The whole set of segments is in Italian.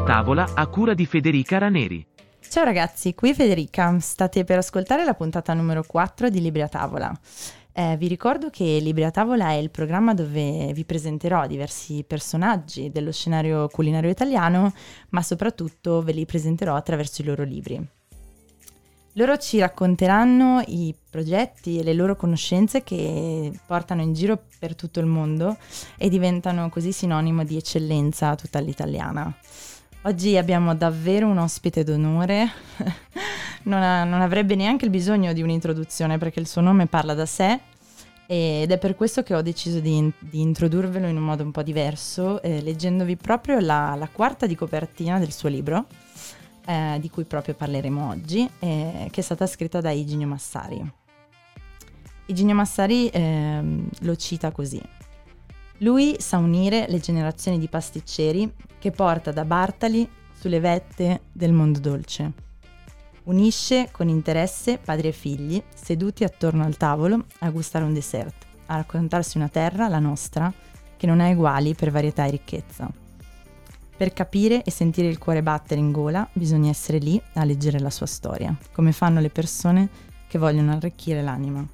Tavola a cura di Federica Raneri. Ciao ragazzi, qui è Federica, state per ascoltare la puntata numero 4 di Libri a Tavola. Vi ricordo che Libri a Tavola è il programma dove vi presenterò diversi personaggi dello scenario culinario italiano, ma soprattutto ve li presenterò attraverso i loro libri. Loro ci racconteranno i progetti e le loro conoscenze che portano in giro per tutto il mondo e diventano così sinonimo di eccellenza tutta l'italiana. Oggi abbiamo davvero un ospite d'onore, non avrebbe neanche il bisogno di un'introduzione perché il suo nome parla da sé ed è per questo che ho deciso di introdurvelo in un modo un po' diverso, leggendovi proprio la quarta di copertina del suo libro, di cui proprio parleremo oggi, che è stata scritta da Iginio Massari. Iginio Massari lo cita così: lui sa unire le generazioni di pasticceri che porta da Bartali sulle vette del mondo dolce. Unisce con interesse padri e figli seduti attorno al tavolo a gustare un dessert, a raccontarsi una terra, la nostra, che non ha eguali per varietà e ricchezza. Per capire e sentire il cuore battere in gola bisogna essere lì a leggere la sua storia, come fanno le persone che vogliono arricchire l'anima.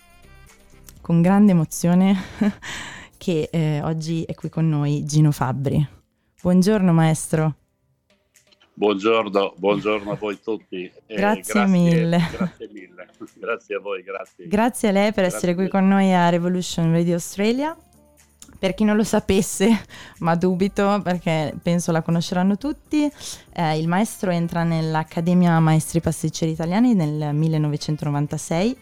Con grande emozione che oggi è qui con noi Gino Fabbri. Buongiorno maestro. Buongiorno a voi tutti. Grazie mille. Grazie mille. Grazie a voi, grazie. Grazie a lei per essere qui con noi a Revolution Radio Australia. Per chi non lo sapesse, ma dubito perché penso la conosceranno tutti, il maestro entra nell'Accademia Maestri Pasticceri Italiani nel 1996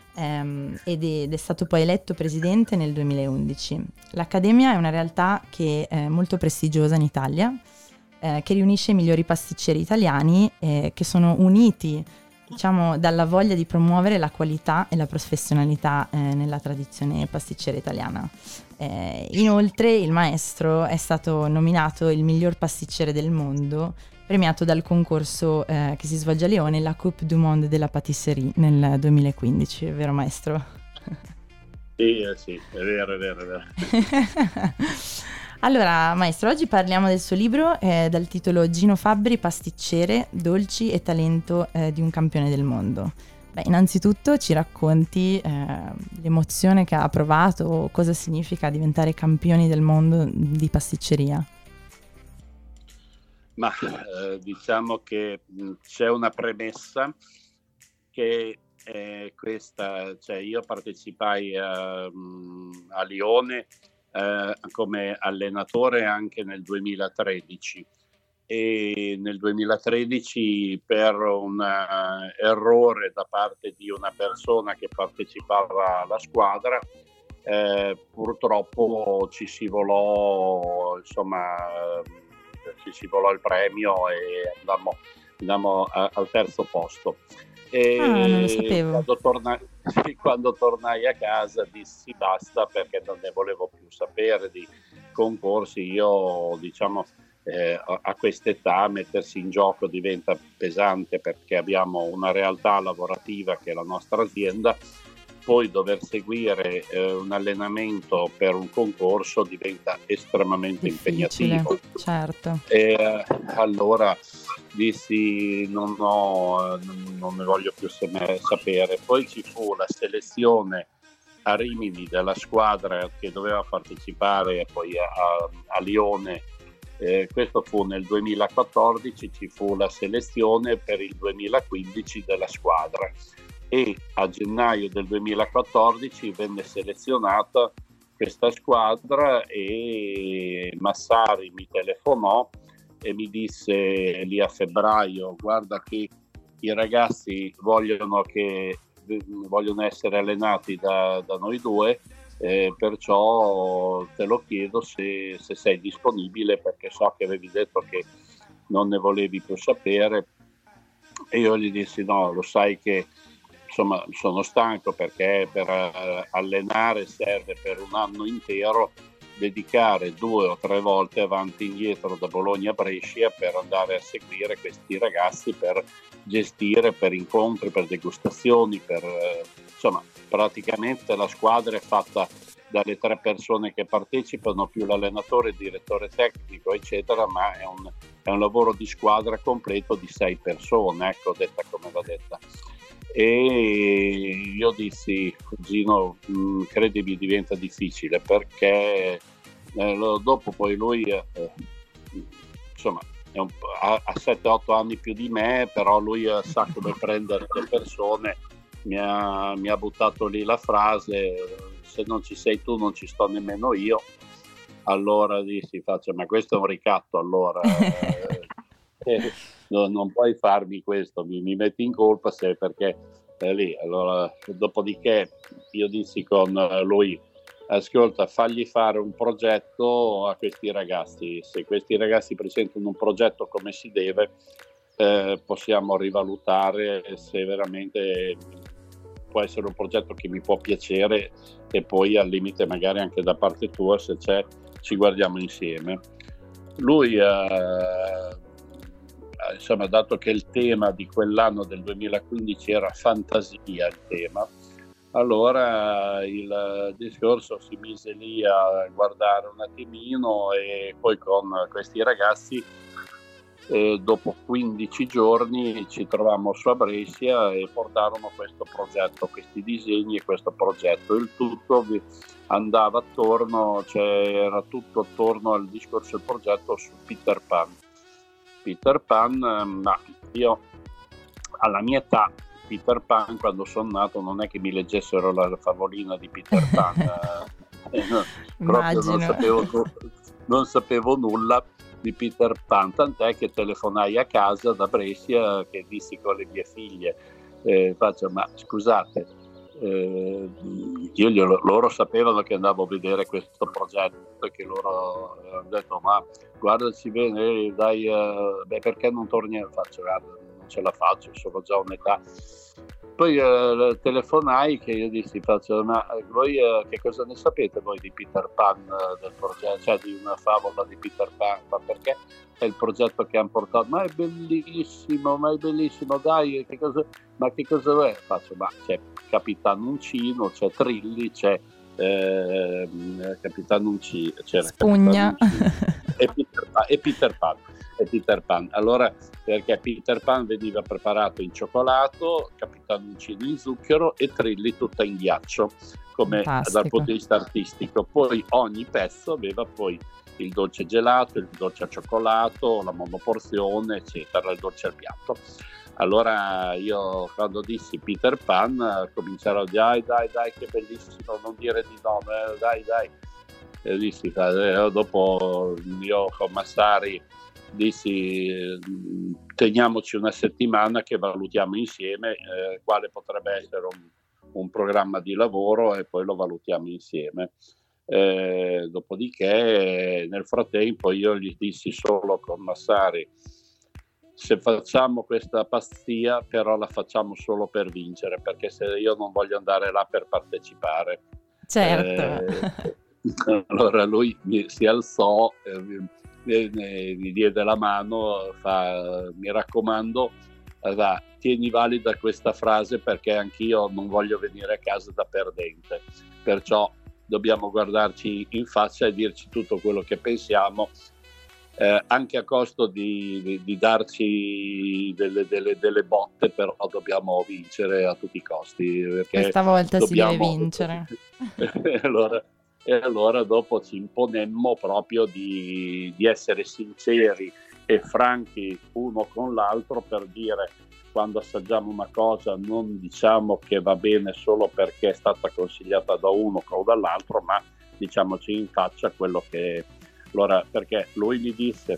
ed è stato poi eletto presidente nel 2011. L'Accademia è una realtà che è molto prestigiosa in Italia, che riunisce i migliori pasticceri italiani che sono uniti, diciamo, dalla voglia di promuovere la qualità e la professionalità nella tradizione pasticcera italiana. Inoltre il maestro è stato nominato il miglior pasticcere del mondo, premiato dal concorso che si svolge a Lione, la Coupe du Monde de la Pâtisserie nel 2015, è vero maestro? Sì, è vero. Allora maestro, oggi parliamo del suo libro dal titolo Gino Fabbri, pasticcere, dolci e talento di un campione del mondo. Beh, innanzitutto ci racconti l'emozione che ha provato, cosa significa diventare campioni del mondo di pasticceria? Ma diciamo che c'è una premessa che è questa, cioè io partecipai a Lione come allenatore anche nel 2013 e nel 2013 per un errore da parte di una persona che partecipava alla squadra purtroppo ci si volò il premio e andammo al terzo posto. Non lo sapevo. Quando tornai a casa dissi basta, perché non ne volevo più sapere di concorsi. Io a quest'età mettersi in gioco diventa pesante, perché abbiamo una realtà lavorativa che è la nostra azienda, poi dover seguire un allenamento per un concorso diventa estremamente difficile, impegnativo. Certo. Allora dissi non ne voglio più sapere. Poi ci fu la selezione a Rimini della squadra che doveva partecipare poi a Lione. Questo fu nel 2014, ci fu la selezione per il 2015 della squadra e a gennaio del 2014 venne selezionata questa squadra e Massari mi telefonò e mi disse lì a febbraio: guarda che i ragazzi vogliono essere allenati da noi due, perciò te lo chiedo se sei disponibile, perché so che avevi detto che non ne volevi più sapere. E io gli dissi no, lo sai che insomma sono stanco, perché per allenare serve per un anno intero dedicare 2 o 3 volte avanti e indietro da Bologna a Brescia per andare a seguire questi ragazzi, per gestire, per incontri, per degustazioni, insomma praticamente la squadra è fatta dalle 3 persone che partecipano, più l'allenatore, il direttore tecnico, eccetera, ma è un lavoro di squadra completo di 6 persone, ecco, detta come va detta. E io dissi, Gino, credimi, diventa difficile, perché dopo poi lui insomma ha 7-8 anni più di me, però lui sa come prendere le persone. Mi ha buttato lì la frase: se non ci sei tu non ci sto nemmeno io. Allora dissi, ma questo è un ricatto, allora non puoi farmi questo, mi metti in colpa, perché lì. Allora, dopodiché io dissi con lui: ascolta, fagli fare un progetto a questi ragazzi, se questi ragazzi presentano un progetto come si deve, possiamo rivalutare se veramente può essere un progetto che mi può piacere, e poi al limite magari anche da parte tua, se c'è, ci guardiamo insieme. Lui insomma, dato che il tema di quell'anno del 2015 era fantasia, il tema, allora il discorso si mise lì a guardare un attimino, e poi con questi ragazzi dopo 15 giorni ci trovammo su a Brescia e portarono questo progetto, questi disegni e questo progetto. Il tutto andava attorno, era tutto attorno al discorso del progetto su Peter Pan. Peter Pan, ma io alla mia età Peter Pan, quando sono nato, non è che mi leggessero la favolina di Peter Pan, proprio non sapevo nulla di Peter Pan, tant'è che telefonai a casa da Brescia, che dissi con le mie figlie, ma scusate, loro sapevano che andavo a vedere questo progetto, e che loro hanno detto: ma guardaci bene, dai, perché non torni? Guarda, non ce la faccio, sono già un'età. Poi telefonai, che io dissi, ma voi che cosa ne sapete voi di Peter Pan, del progetto, cioè di una favola di Peter Pan? Ma perché è il progetto che hanno portato? Ma è bellissimo, dai, che cosa è? Ma c'è Capitano Uncino, c'è Trilli, c'è Capitano Uncino, c'era Spugna e Peter Pan. Allora, perché Peter Pan veniva preparato in cioccolato, Capitano Uncino in zucchero e Trilli tutta in ghiaccio, come dal punto di vista artistico. Poi ogni pezzo aveva poi il dolce gelato, il dolce al cioccolato, la monoporzione, eccetera, il dolce al piatto. Allora io, quando dissi Peter Pan, cominciarono a dire: dai, che bellissimo, non dire di no, dai. E dissi, dopo io con Massari dissi: teniamoci una settimana che valutiamo insieme quale potrebbe essere un programma di lavoro, e poi lo valutiamo insieme. Dopodiché nel frattempo io gli dissi solo con Massari: se facciamo questa pazzia, però la facciamo solo per vincere, perché se io non voglio andare là per partecipare. Certo. Allora lui si alzò, mi diede la mano, mi raccomando, tieni valida questa frase, perché anch'io non voglio venire a casa da perdente, perciò dobbiamo guardarci in faccia e dirci tutto quello che pensiamo, anche a costo di darci delle botte, però dobbiamo vincere a tutti i costi, perché questa volta si deve vincere. E allora dopo ci imponemmo proprio di essere sinceri e franchi uno con l'altro, per dire: quando assaggiamo una cosa non diciamo che va bene solo perché è stata consigliata da uno o dall'altro, ma diciamoci in faccia quello che... Allora, perché lui mi disse,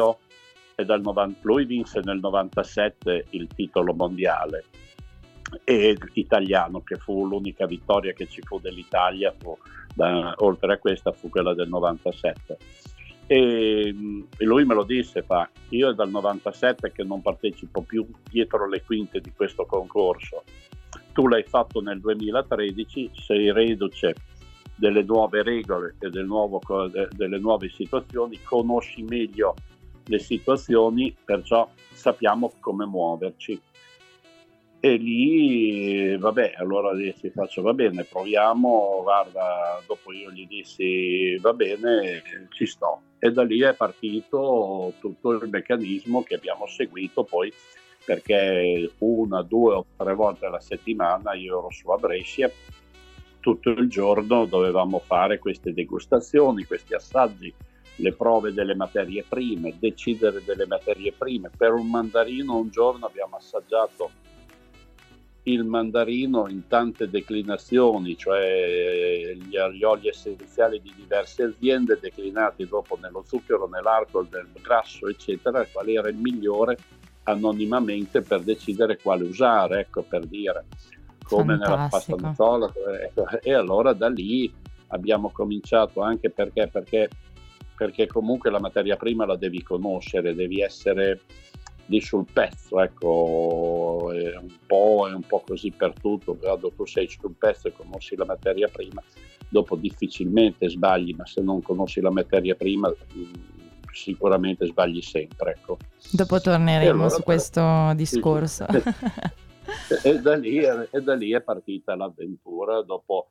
lui vinse nel 97 il titolo mondiale e italiano, che fu l'unica vittoria che ci fu dell'Italia, oltre a questa fu quella del 97. E lui me lo disse, io è dal 97 che non partecipo più dietro le quinte di questo concorso, tu l'hai fatto nel 2013, sei reduce delle nuove regole e delle nuove situazioni, conosci meglio le situazioni, perciò sappiamo come muoverci. E lì, vabbè, allora dissi, faccio, va bene, proviamo, guarda, dopo io gli dissi, va bene, ci sto. E da lì è partito tutto il meccanismo che abbiamo seguito poi, perché 1, 2 o 3 volte alla settimana io ero su a Brescia, tutto il giorno dovevamo fare queste degustazioni, questi assaggi, le prove delle materie prime, decidere delle materie prime. Per un mandarino un giorno abbiamo assaggiato il mandarino in tante declinazioni, cioè gli oli essenziali di diverse aziende declinati dopo nello zucchero, nell'alcol, nel grasso, eccetera, qual era il migliore anonimamente per decidere quale usare, ecco, per dire, come nella pasta nocciola. E allora da lì abbiamo cominciato, anche perché comunque la materia prima la devi conoscere, devi essere lì sul pezzo, ecco, è un po' così per tutto. Quando tu sei sul pezzo e conosci la materia prima, dopo difficilmente sbagli, ma se non conosci la materia prima sicuramente sbagli sempre, ecco. Dopo torneremo allora, su questo discorso. E da lì è partita l'avventura. Dopo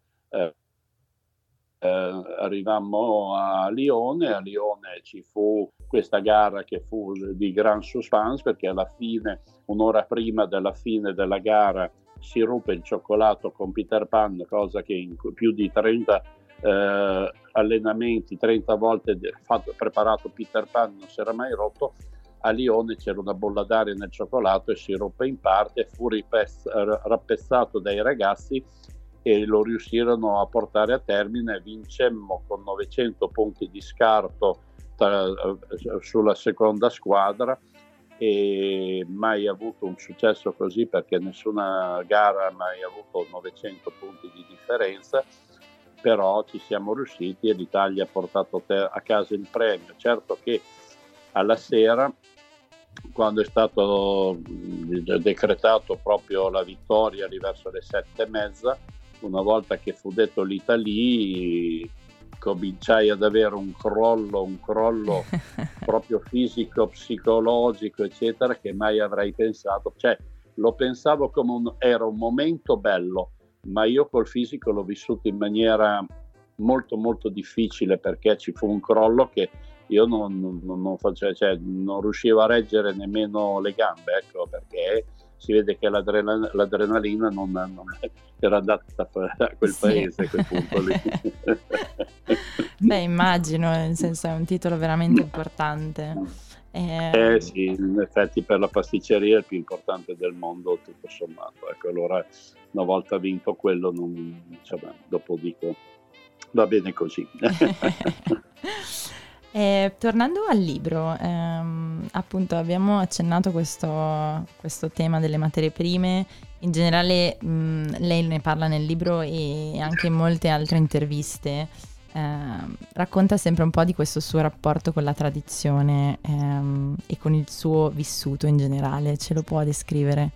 arrivammo a Lione ci fu questa gara che fu di gran suspense, perché alla fine, un'ora prima della fine della gara, si ruppe il cioccolato con Peter Pan, cosa che in più di 30 allenamenti, 30 volte preparato Peter Pan non si era mai rotto. A Lione c'era una bolla d'aria nel cioccolato e si ruppe in parte, fu rappezzato dai ragazzi e lo riuscirono a portare a termine. Vincemmo con 900 punti di scarto sulla seconda squadra, e mai avuto un successo così, perché nessuna gara ha mai avuto 900 punti di differenza, però ci siamo riusciti e l'Italia ha portato a casa il premio. Certo che alla sera, quando è stato decretato proprio la vittoria verso le 7:30, una volta che fu detto l'Italia, cominciai ad avere un crollo proprio fisico, psicologico, eccetera, che mai avrei pensato. Cioè, lo pensavo come era un momento bello, ma io col fisico l'ho vissuto in maniera molto molto difficile, perché ci fu un crollo che io non facevo, cioè non riuscivo a reggere nemmeno le gambe, ecco, perché si vede che l'adrenalina non era adatta a quel paese, a quel punto lì. Beh, immagino, nel senso è un titolo veramente importante. Sì, in effetti per la pasticceria è il più importante del mondo, tutto sommato. Ecco, allora una volta vinto quello, dopo dico, va bene così. Tornando al libro, appunto abbiamo accennato questo tema delle materie prime. In generale lei ne parla nel libro e anche in molte altre interviste. Racconta sempre un po' di questo suo rapporto con la tradizione e con il suo vissuto in generale. Ce lo può descrivere?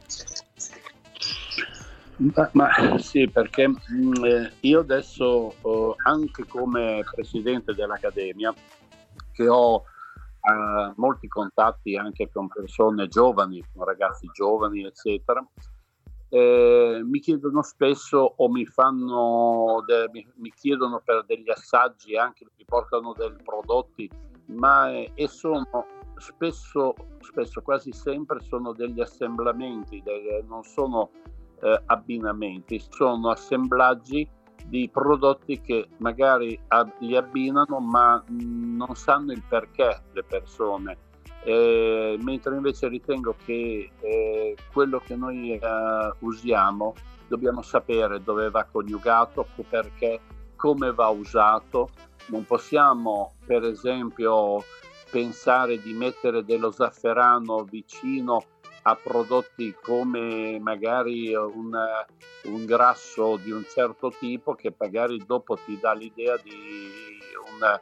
Ma sì, perché io adesso, anche come presidente dell'Accademia, che ho molti contatti anche con persone giovani, con ragazzi giovani, eccetera, mi chiedono spesso o mi chiedono per degli assaggi, anche mi portano dei prodotti, e sono spesso, quasi sempre, sono degli assemblamenti, non sono abbinamenti, sono assemblaggi di prodotti che magari li abbinano, ma non sanno il perché le persone, mentre invece ritengo che quello che noi usiamo dobbiamo sapere dove va coniugato, perché, come va usato. Non possiamo, per esempio, pensare di mettere dello zafferano vicino a prodotti come magari un grasso di un certo tipo, che magari dopo ti dà l'idea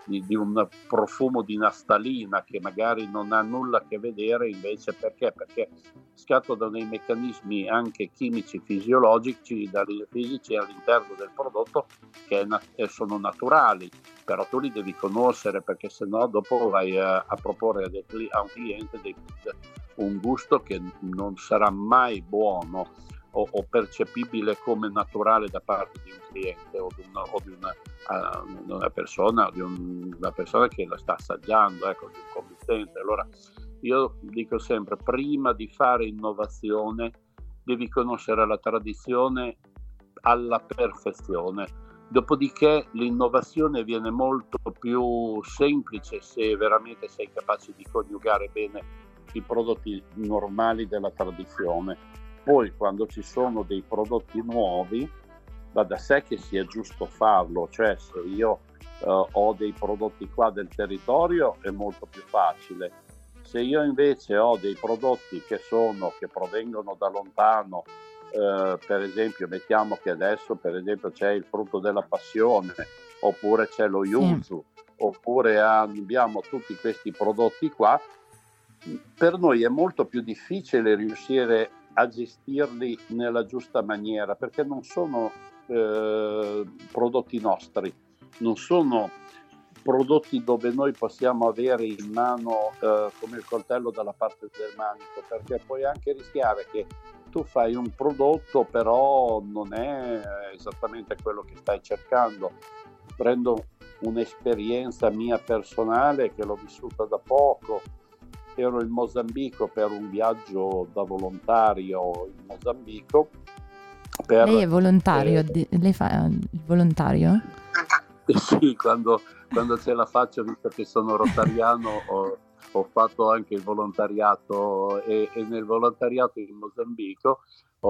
di un profumo di naftalina che magari non ha nulla a che vedere, invece perché scatta da dei meccanismi anche chimici, fisici all'interno del prodotto che sono naturali, però tu li devi conoscere, perché sennò dopo vai a proporre a un cliente un gusto che non sarà mai buono o percepibile come naturale da parte di un cliente o di una persona che la sta assaggiando, ecco, di un committente. Allora io dico sempre, prima di fare innovazione devi conoscere la tradizione alla perfezione, dopodiché l'innovazione viene molto più semplice se veramente sei capace di coniugare bene i prodotti normali della tradizione. Poi quando ci sono dei prodotti nuovi va da sé che sia giusto farlo, cioè se io ho dei prodotti qua del territorio è molto più facile. Se io invece ho dei prodotti che provengono da lontano, per esempio mettiamo che adesso per esempio c'è il frutto della passione, oppure c'è lo yuzu, oppure abbiamo tutti questi prodotti qua, per noi è molto più difficile riuscire a gestirli nella giusta maniera, perché non sono prodotti nostri, non sono prodotti dove noi possiamo avere in mano come il coltello dalla parte del manico, perché puoi anche rischiare che tu fai un prodotto però non è esattamente quello che stai cercando. Prendo un'esperienza mia personale che l'ho vissuta da poco. Ero in Mozambico per un viaggio da volontario in Mozambico. Lei è volontario? Lei fa il volontario? Sì, quando ce la faccio, visto che sono rotariano, ho fatto anche il volontariato e nel volontariato in Mozambico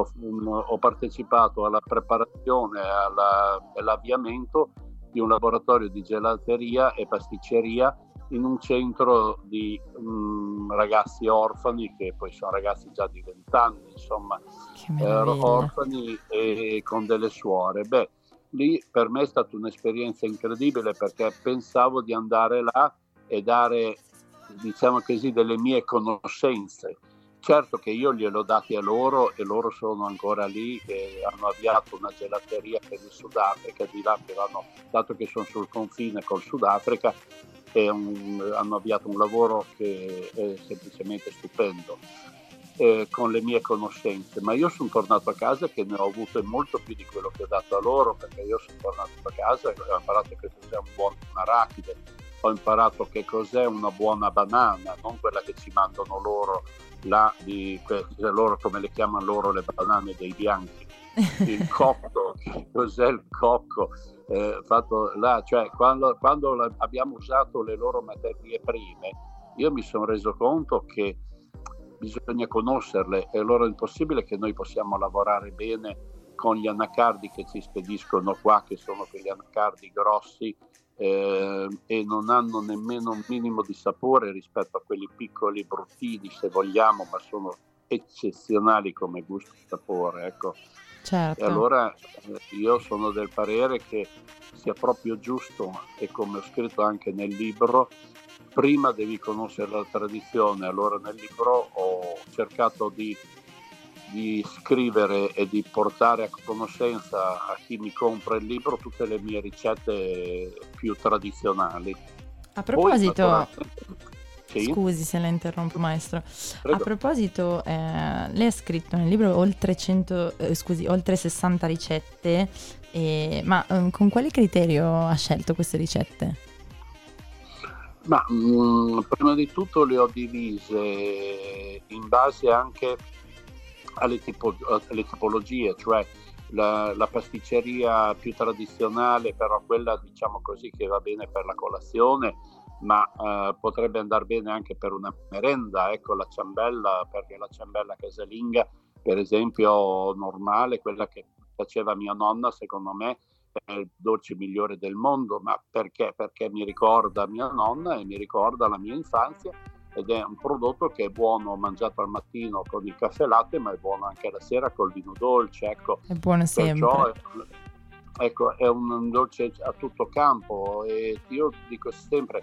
ho partecipato alla preparazione e all'avviamento di un laboratorio di gelateria e pasticceria in un centro di ragazzi orfani, che poi sono ragazzi già di 20 anni, insomma, orfani e con delle suore. Beh, lì per me è stata un'esperienza incredibile, perché pensavo di andare là e dare, diciamo così, delle mie conoscenze. Certo che io gliel'ho dati a loro e loro sono ancora lì e hanno avviato una gelateria per il Sudafrica, di là che dato che sono sul confine col Sudafrica, hanno avviato un lavoro che è semplicemente stupendo, con le mie conoscenze. Ma io sono tornato a casa che ne ho avute molto più di quello che ho dato a loro, perché io sono tornato a casa e ho imparato che cos'è un buon arachide, ho imparato che cos'è una buona banana, non quella che ci mandano loro là, loro, come le chiamano loro, le banane dei bianchi. Il cocco, cos'è il cocco fatto là, cioè quando abbiamo usato le loro materie prime, io mi sono reso conto che bisogna conoscerle, e allora è impossibile che noi possiamo lavorare bene con gli anacardi che ci spediscono qua, che sono quegli anacardi grossi e non hanno nemmeno un minimo di sapore rispetto a quelli piccoli, bruttini se vogliamo, ma sono eccezionali come gusto e sapore, ecco. Certo. E allora io sono del parere che sia proprio giusto, e come ho scritto anche nel libro, prima devi conoscere la tradizione. Allora nel libro ho cercato di scrivere e di portare a conoscenza a chi mi compra il libro tutte le mie ricette più tradizionali. A proposito, sì? Scusi se la interrompo, maestro. Prego. A proposito, lei ha scritto nel libro oltre 60 ricette, ma con quale criterio ha scelto queste ricette? Ma prima di tutto le ho divise in base anche alle tipologie, cioè la pasticceria più tradizionale, però quella, diciamo così, che va bene per la colazione, ma potrebbe andare bene anche per una merenda, ecco, la ciambella, perché la ciambella casalinga, per esempio, normale, quella che faceva mia nonna, secondo me è il dolce migliore del mondo. Ma perché? Perché mi ricorda mia nonna e mi ricorda la mia infanzia, ed è un prodotto che è buono mangiato al mattino con il caffè latte, ma è buono anche la sera col vino dolce, ecco. È buono sempre. ecco, è un dolce a tutto campo, e io dico sempre,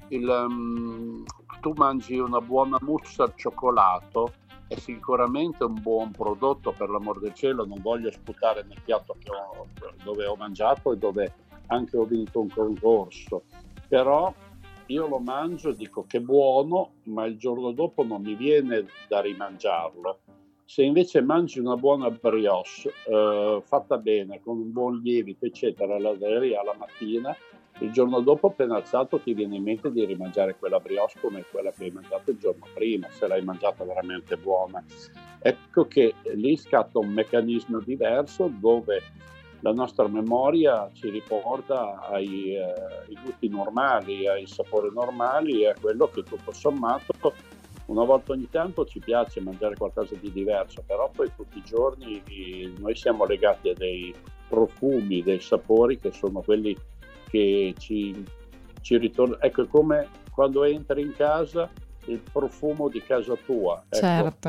tu mangi una buona mousse al cioccolato, è sicuramente un buon prodotto, per l'amor del cielo, non voglio sputare nel piatto dove ho mangiato e dove anche ho vinto un concorso, però io lo mangio e dico che buono, ma il giorno dopo non mi viene da rimangiarlo. Se invece mangi una buona brioche fatta bene, con un buon lievito, eccetera, alla mattina, il giorno dopo appena alzato ti viene in mente di rimangiare quella brioche come quella che hai mangiato il giorno prima, se l'hai mangiata veramente buona. Ecco che lì scatta un meccanismo diverso, dove la nostra memoria ci riporta ai gusti normali, ai sapori normali, e a quello che tutto sommato una volta ogni tanto ci piace mangiare qualcosa di diverso, però poi tutti i giorni noi siamo legati a dei profumi, dei sapori che sono quelli che ci ritornano. Ecco, è come quando entri in casa, il profumo di casa tua. Ecco, Certo.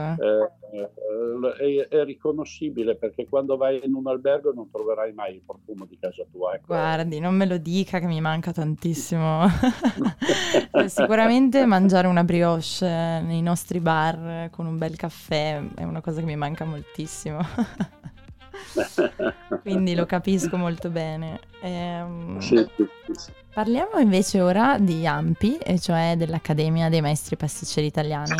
È riconoscibile, perché quando vai in un albergo non troverai mai il profumo di casa tua. Ecco. Guardi, non me lo dica che mi manca tantissimo. Sicuramente mangiare una brioche nei nostri bar con un bel caffè è una cosa che mi manca moltissimo. Quindi lo capisco molto bene. Sì. Parliamo invece ora di AMPI, e cioè dell'Accademia dei Maestri Pasticceri Italiani.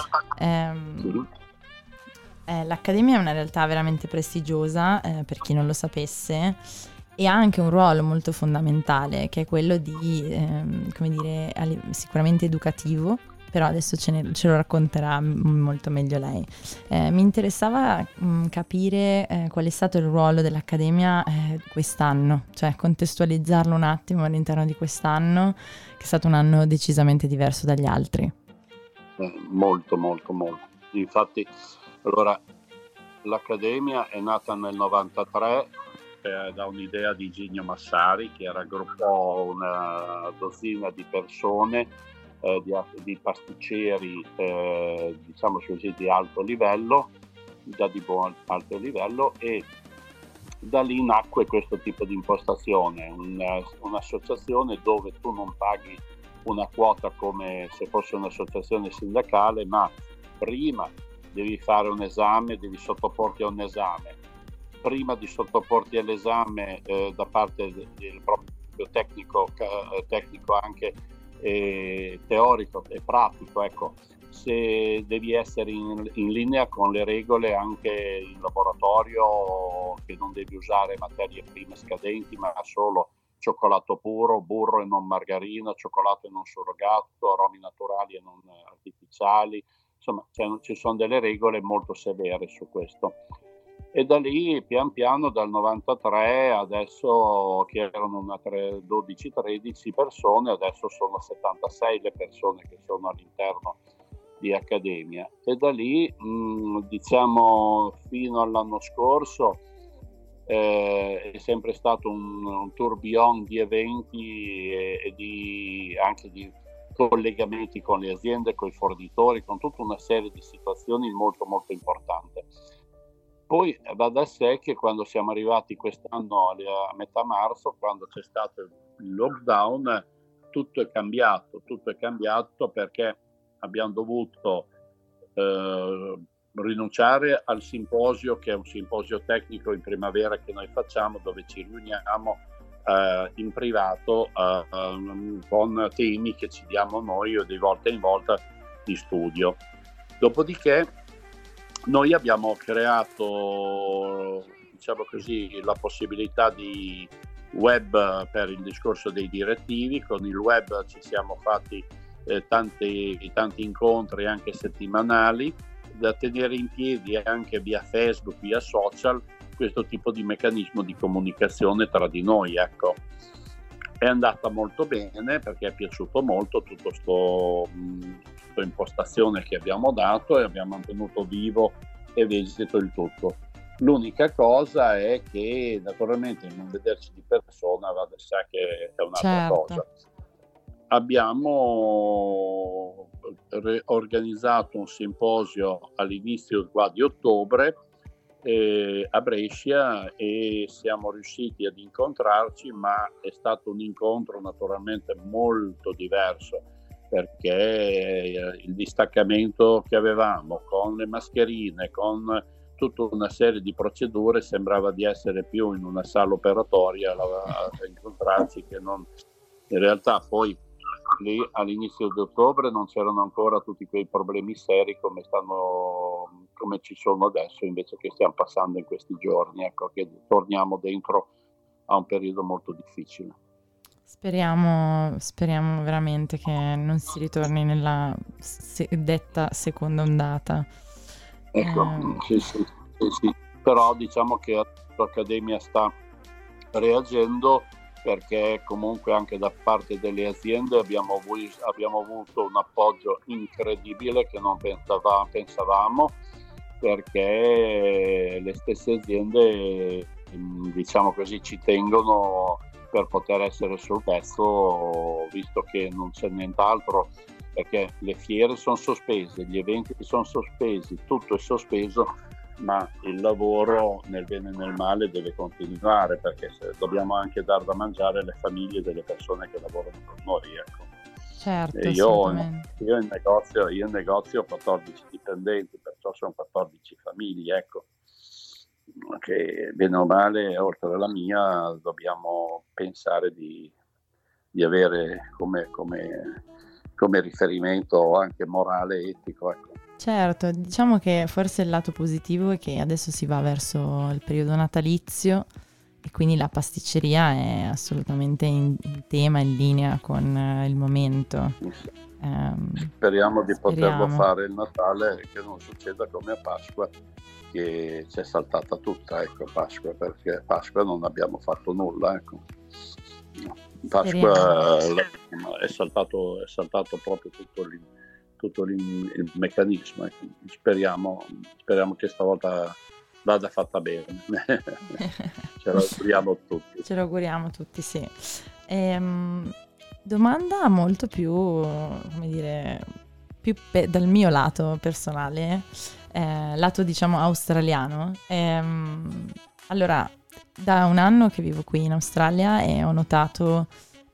L'Accademia è una realtà veramente prestigiosa, per chi non lo sapesse, e ha anche un ruolo molto fondamentale, che è quello di, come dire, sicuramente educativo, però adesso ce lo racconterà molto meglio lei. Mi interessava capire qual è stato il ruolo dell'Accademia quest'anno, cioè contestualizzarlo un attimo all'interno di quest'anno, che è stato un anno decisamente diverso dagli altri. Molto. Infatti, allora, l'Accademia è nata nel 93 da un'idea di Gigno Massari, che raggruppò una dozzina di persone, di pasticceri, diciamo così, di alto livello, già di buon alto livello, e da lì nacque questo tipo di impostazione, un'associazione dove tu non paghi una quota come se fosse un'associazione sindacale, ma prima devi fare un esame, devi sottoporti a un esame. Prima di sottoporti all'esame da parte del proprio tecnico anche teorico e pratico, ecco, se devi essere in linea con le regole anche in laboratorio, che non devi usare materie prime scadenti, ma solo cioccolato puro, burro e non margarina, cioccolato e non surrogato, aromi naturali e non artificiali, insomma ci sono delle regole molto severe su questo. E da lì pian piano, dal 93 adesso, che erano 12-13 persone, adesso sono 76 le persone che sono all'interno di Accademia, e da lì diciamo fino all'anno scorso è sempre stato un tourbillon di eventi e anche di collegamenti con le aziende, con i fornitori, con tutta una serie di situazioni molto importante. Poi va da sé che quando siamo arrivati quest'anno a metà marzo, quando c'è stato il lockdown, tutto è cambiato, perché abbiamo dovuto rinunciare al simposio, che è un simposio tecnico in primavera che noi facciamo, dove ci riuniamo in privato con temi che ci diamo noi di volta in volta di studio. Dopodiché noi abbiamo creato, diciamo così, la possibilità di web per il discorso dei direttivi. Con il web ci siamo fatti tanti incontri anche settimanali, da tenere in piedi anche via Facebook, via social, questo tipo di meccanismo di comunicazione tra di noi, ecco. È andata molto bene, perché è piaciuto molto tutta questa impostazione che abbiamo dato, e abbiamo mantenuto vivo e vegeto il tutto. L'unica cosa è che naturalmente non vederci di persona va da sé che è un'altra cosa. Abbiamo organizzato un simposio all'inizio qua di ottobre, a Brescia, e siamo riusciti ad incontrarci, ma è stato un incontro naturalmente molto diverso, perché il distaccamento che avevamo con le mascherine, con tutta una serie di procedure, sembrava di essere più in una sala operatoria a incontrarci che non. In realtà poi lì all'inizio di ottobre non c'erano ancora tutti quei problemi seri come ci sono adesso, invece che stiamo passando in questi giorni, ecco, che torniamo dentro a un periodo molto difficile. Speriamo veramente che non si ritorni nella detta seconda ondata. Ecco, sì. Però diciamo che l'Accademia sta reagendo, perché comunque anche da parte delle aziende abbiamo avuto un appoggio incredibile che non pensavamo, perché le stesse aziende, diciamo così, ci tengono per poter essere sul pezzo, visto che non c'è nient'altro, perché le fiere sono sospese, gli eventi sono sospesi, tutto è sospeso, ma il lavoro nel bene e nel male deve continuare, perché dobbiamo anche dar da mangiare alle famiglie delle persone che lavorano con noi, ecco. Certo, io in negozio ho 14 dipendenti, perciò sono 14 famiglie, ecco, che bene o male, oltre alla mia, dobbiamo pensare di avere come riferimento anche morale e etico, ecco. Certo, diciamo che forse il lato positivo è che adesso si va verso il periodo natalizio e quindi la pasticceria è assolutamente in tema, in linea con il momento. Speriamo di poterlo fare il Natale, che non succeda come a Pasqua, che c'è saltata tutta, ecco, Pasqua, perché Pasqua non abbiamo fatto nulla, ecco. Pasqua è saltato proprio tutto il meccanismo, ecco. Speriamo che stavolta vada fatta bene. Ce lo auguriamo tutti. Sì. Domanda molto più, come dire, dal mio lato personale, lato diciamo australiano. Allora, da un anno che vivo qui in Australia e ho notato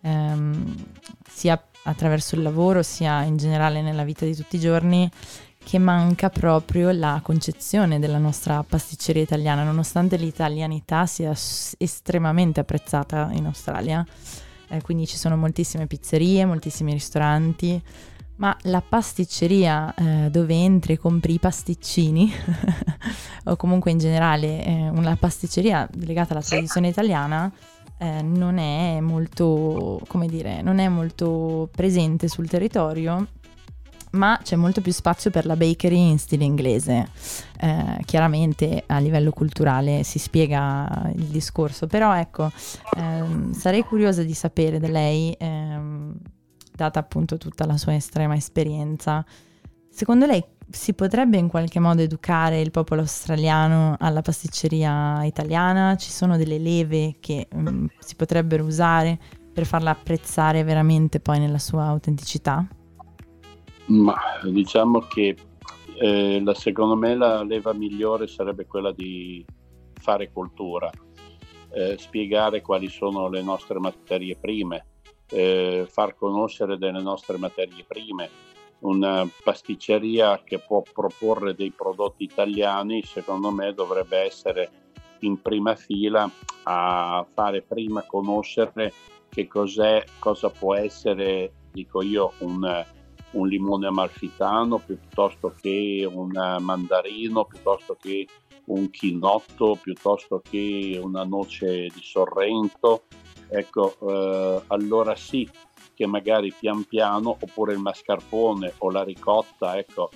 sia attraverso il lavoro sia in generale nella vita di tutti i giorni che manca proprio la concezione della nostra pasticceria italiana, nonostante l'italianità sia estremamente apprezzata in Australia. Quindi ci sono moltissime pizzerie, moltissimi ristoranti, ma la pasticceria dove entri e compri i pasticcini o comunque in generale una pasticceria legata alla tradizione italiana non è molto, come dire, non è molto presente sul territorio, ma c'è molto più spazio per la bakery in stile inglese. Chiaramente a livello culturale si spiega il discorso, però ecco, sarei curiosa di sapere da lei, data appunto tutta la sua estrema esperienza, secondo lei si potrebbe in qualche modo educare il popolo australiano alla pasticceria italiana? Ci sono delle leve che si potrebbero usare per farla apprezzare veramente poi nella sua autenticità? Ma diciamo che secondo me la leva migliore sarebbe quella di fare cultura, spiegare quali sono le nostre materie prime, far conoscere delle nostre materie prime. Una pasticceria che può proporre dei prodotti italiani, secondo me, dovrebbe essere in prima fila a fare prima conoscere che cosa può essere, dico io, un limone amalfitano piuttosto che un mandarino, piuttosto che un chinotto, piuttosto che una noce di Sorrento. Ecco, allora sì che magari pian piano, oppure il mascarpone o la ricotta, ecco,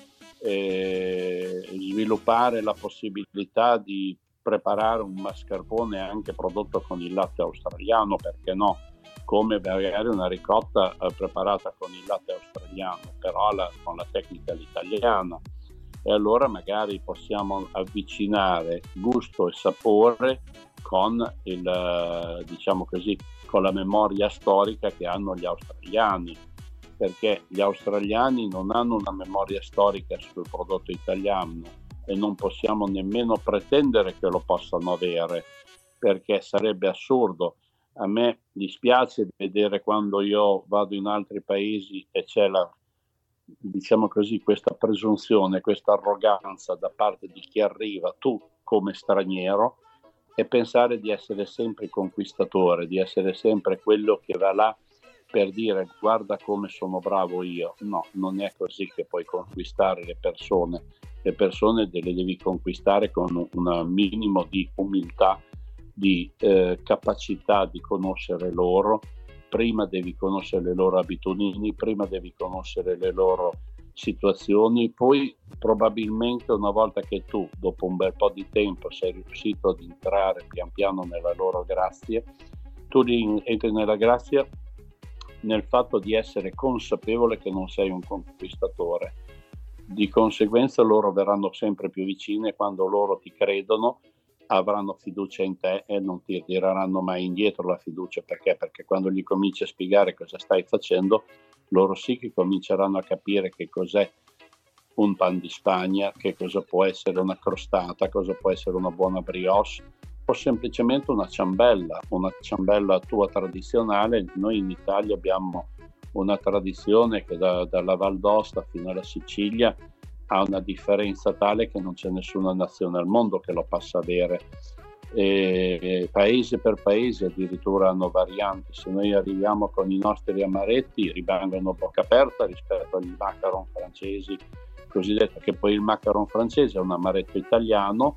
sviluppare la possibilità di preparare un mascarpone anche prodotto con il latte australiano, perché no? Come magari una ricotta preparata con il latte australiano, però con la tecnica italiana. E allora magari possiamo avvicinare gusto e sapore con diciamo così, con la memoria storica che hanno gli australiani, perché gli australiani non hanno una memoria storica sul prodotto italiano, e non possiamo nemmeno pretendere che lo possano avere, perché sarebbe assurdo. A me dispiace vedere quando io vado in altri paesi e c'è diciamo così, questa presunzione, questa arroganza da parte di chi arriva, tu come straniero, e pensare di essere sempre conquistatore, di essere sempre quello che va là per dire guarda come sono bravo io. No, non è così che puoi conquistare le persone. Le persone le devi conquistare con un minimo di umiltà, di capacità di conoscere loro. Prima devi conoscere le loro abitudini, prima devi conoscere le loro situazioni, poi probabilmente una volta che tu dopo un bel po' di tempo sei riuscito ad entrare pian piano nella loro grazia, tu entri nella grazia nel fatto di essere consapevole che non sei un conquistatore. Di conseguenza loro verranno sempre più vicine quando loro ti credono, avranno fiducia in te e non ti tireranno mai indietro la fiducia. Perché quando gli cominci a spiegare cosa stai facendo, loro sì che cominceranno a capire che cos'è un pan di Spagna, che cosa può essere una crostata, cosa può essere una buona brioche o semplicemente una ciambella tua tradizionale. Noi in Italia abbiamo una tradizione che dalla Val d'Osta fino alla Sicilia ha una differenza tale che non c'è nessuna nazione al mondo che lo possa avere. Paese per paese addirittura hanno varianti. Se noi arriviamo con i nostri amaretti rimangono a bocca aperta rispetto agli macaron francesi cosiddetto, che poi il macaron francese è un amaretto italiano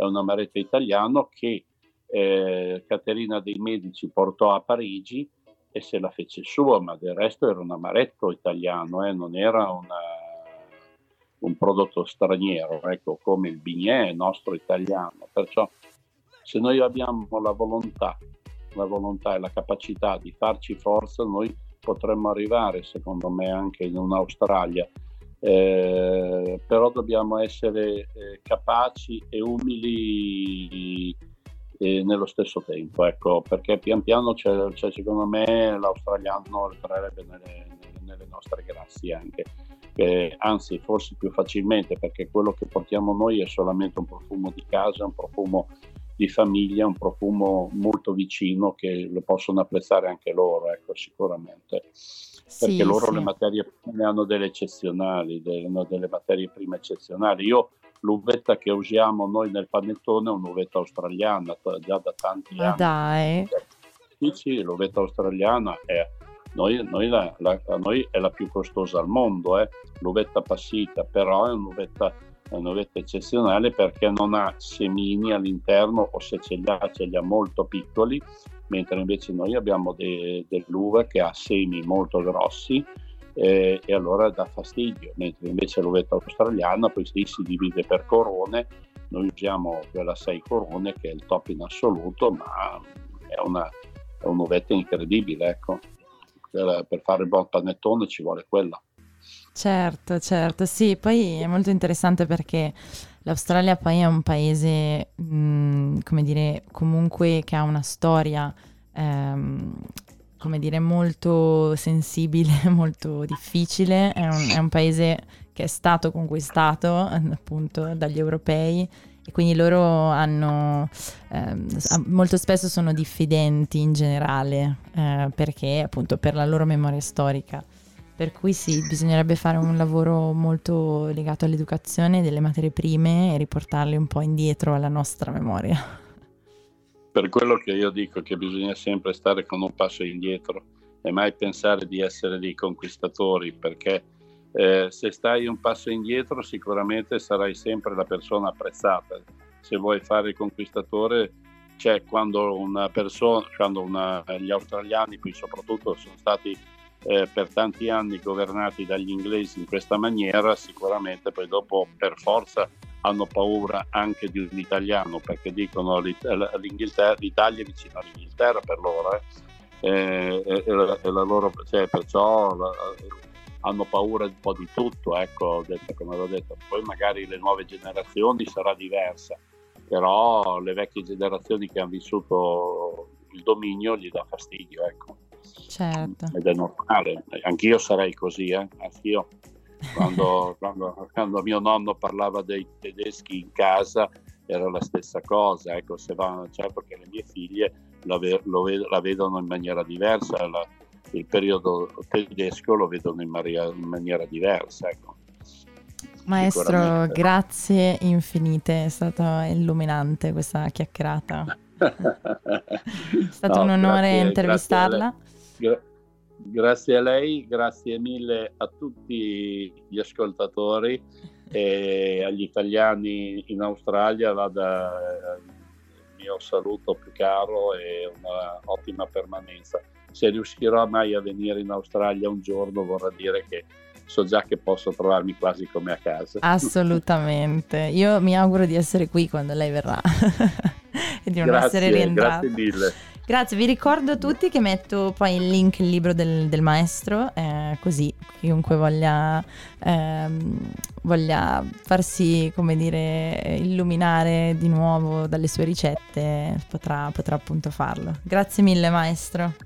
che Caterina dei Medici portò a Parigi e se la fece sua, ma del resto era un amaretto italiano, non era un prodotto straniero, ecco, come il bignè è nostro italiano. Perciò se noi abbiamo la volontà e la capacità di farci forza, noi potremmo arrivare, secondo me, anche in un'Australia. Però dobbiamo essere capaci e umili nello stesso tempo, ecco, perché pian piano c'è secondo me l'australiano entrerebbe nelle nostre galassie anche, anzi forse più facilmente, perché quello che portiamo noi è solamente un profumo di casa, un profumo di famiglia, un profumo molto vicino che lo possono apprezzare anche loro, ecco, sicuramente. Perché Sì, loro sì. le materie prime hanno delle eccezionali, hanno delle materie prime eccezionali. L'uvetta che usiamo noi nel panettone è un'uvetta australiana già da tanti Ma anni. dai. Sì, l'uvetta australiana è noi è la più costosa al mondo, l'uvetta passita, però è un'uvetta eccezionale perché non ha semini all'interno, o se ce li ha molto piccoli, mentre invece noi abbiamo dell'uva che ha semi molto grossi e allora dà fastidio, mentre invece l'uvetta australiana poi si divide per corone. Noi usiamo quella 6 corone che è il top in assoluto, ma è un'uvetta incredibile, ecco. Per fare il buon panettone ci vuole quella. Certo, sì, poi è molto interessante perché l'Australia poi è un paese, come dire, comunque che ha una storia, come dire, molto sensibile, molto difficile, è un paese che è stato conquistato appunto dagli europei e quindi loro hanno, molto spesso sono diffidenti in generale, perché appunto per la loro memoria storica. Per cui sì, bisognerebbe fare un lavoro molto legato all'educazione delle materie prime e riportarle un po' indietro alla nostra memoria. Per quello che io dico che bisogna sempre stare con un passo indietro e mai pensare di essere dei conquistatori, perché se stai un passo indietro sicuramente sarai sempre la persona apprezzata. Se vuoi fare il conquistatore, quando gli australiani poi soprattutto sono stati per tanti anni governati dagli inglesi in questa maniera, sicuramente poi dopo per forza hanno paura anche di un italiano, perché dicono l'Italia è vicino all'Inghilterra per loro, e la loro, perciò hanno paura un po' di tutto, ecco, come avevo detto. Poi magari le nuove generazioni sarà diversa, però le vecchie generazioni che hanno vissuto il dominio gli dà fastidio, ecco. Certo. Ed è normale, anch'io sarei così, anch'io Quando mio nonno parlava dei tedeschi in casa era la stessa cosa, ecco, cioè, perché le mie figlie la vedono in maniera diversa, il periodo tedesco lo vedono in maniera diversa, ecco. Maestro, grazie infinite, è stata illuminante questa chiacchierata. È stato un onore intervistarla. Grazie a lei, grazie mille a tutti gli ascoltatori e agli italiani in Australia. Vada il mio saluto più caro e una ottima permanenza. Se riuscirò mai a venire in Australia un giorno, vorrà dire che so già che posso trovarmi quasi come a casa. Assolutamente, io mi auguro di essere qui quando lei verrà e di non essere rientrata. Grazie mille. Grazie, vi ricordo a tutti che metto poi il link, il libro del maestro, così chiunque voglia farsi, come dire, illuminare di nuovo dalle sue ricette potrà appunto farlo. Grazie mille, maestro.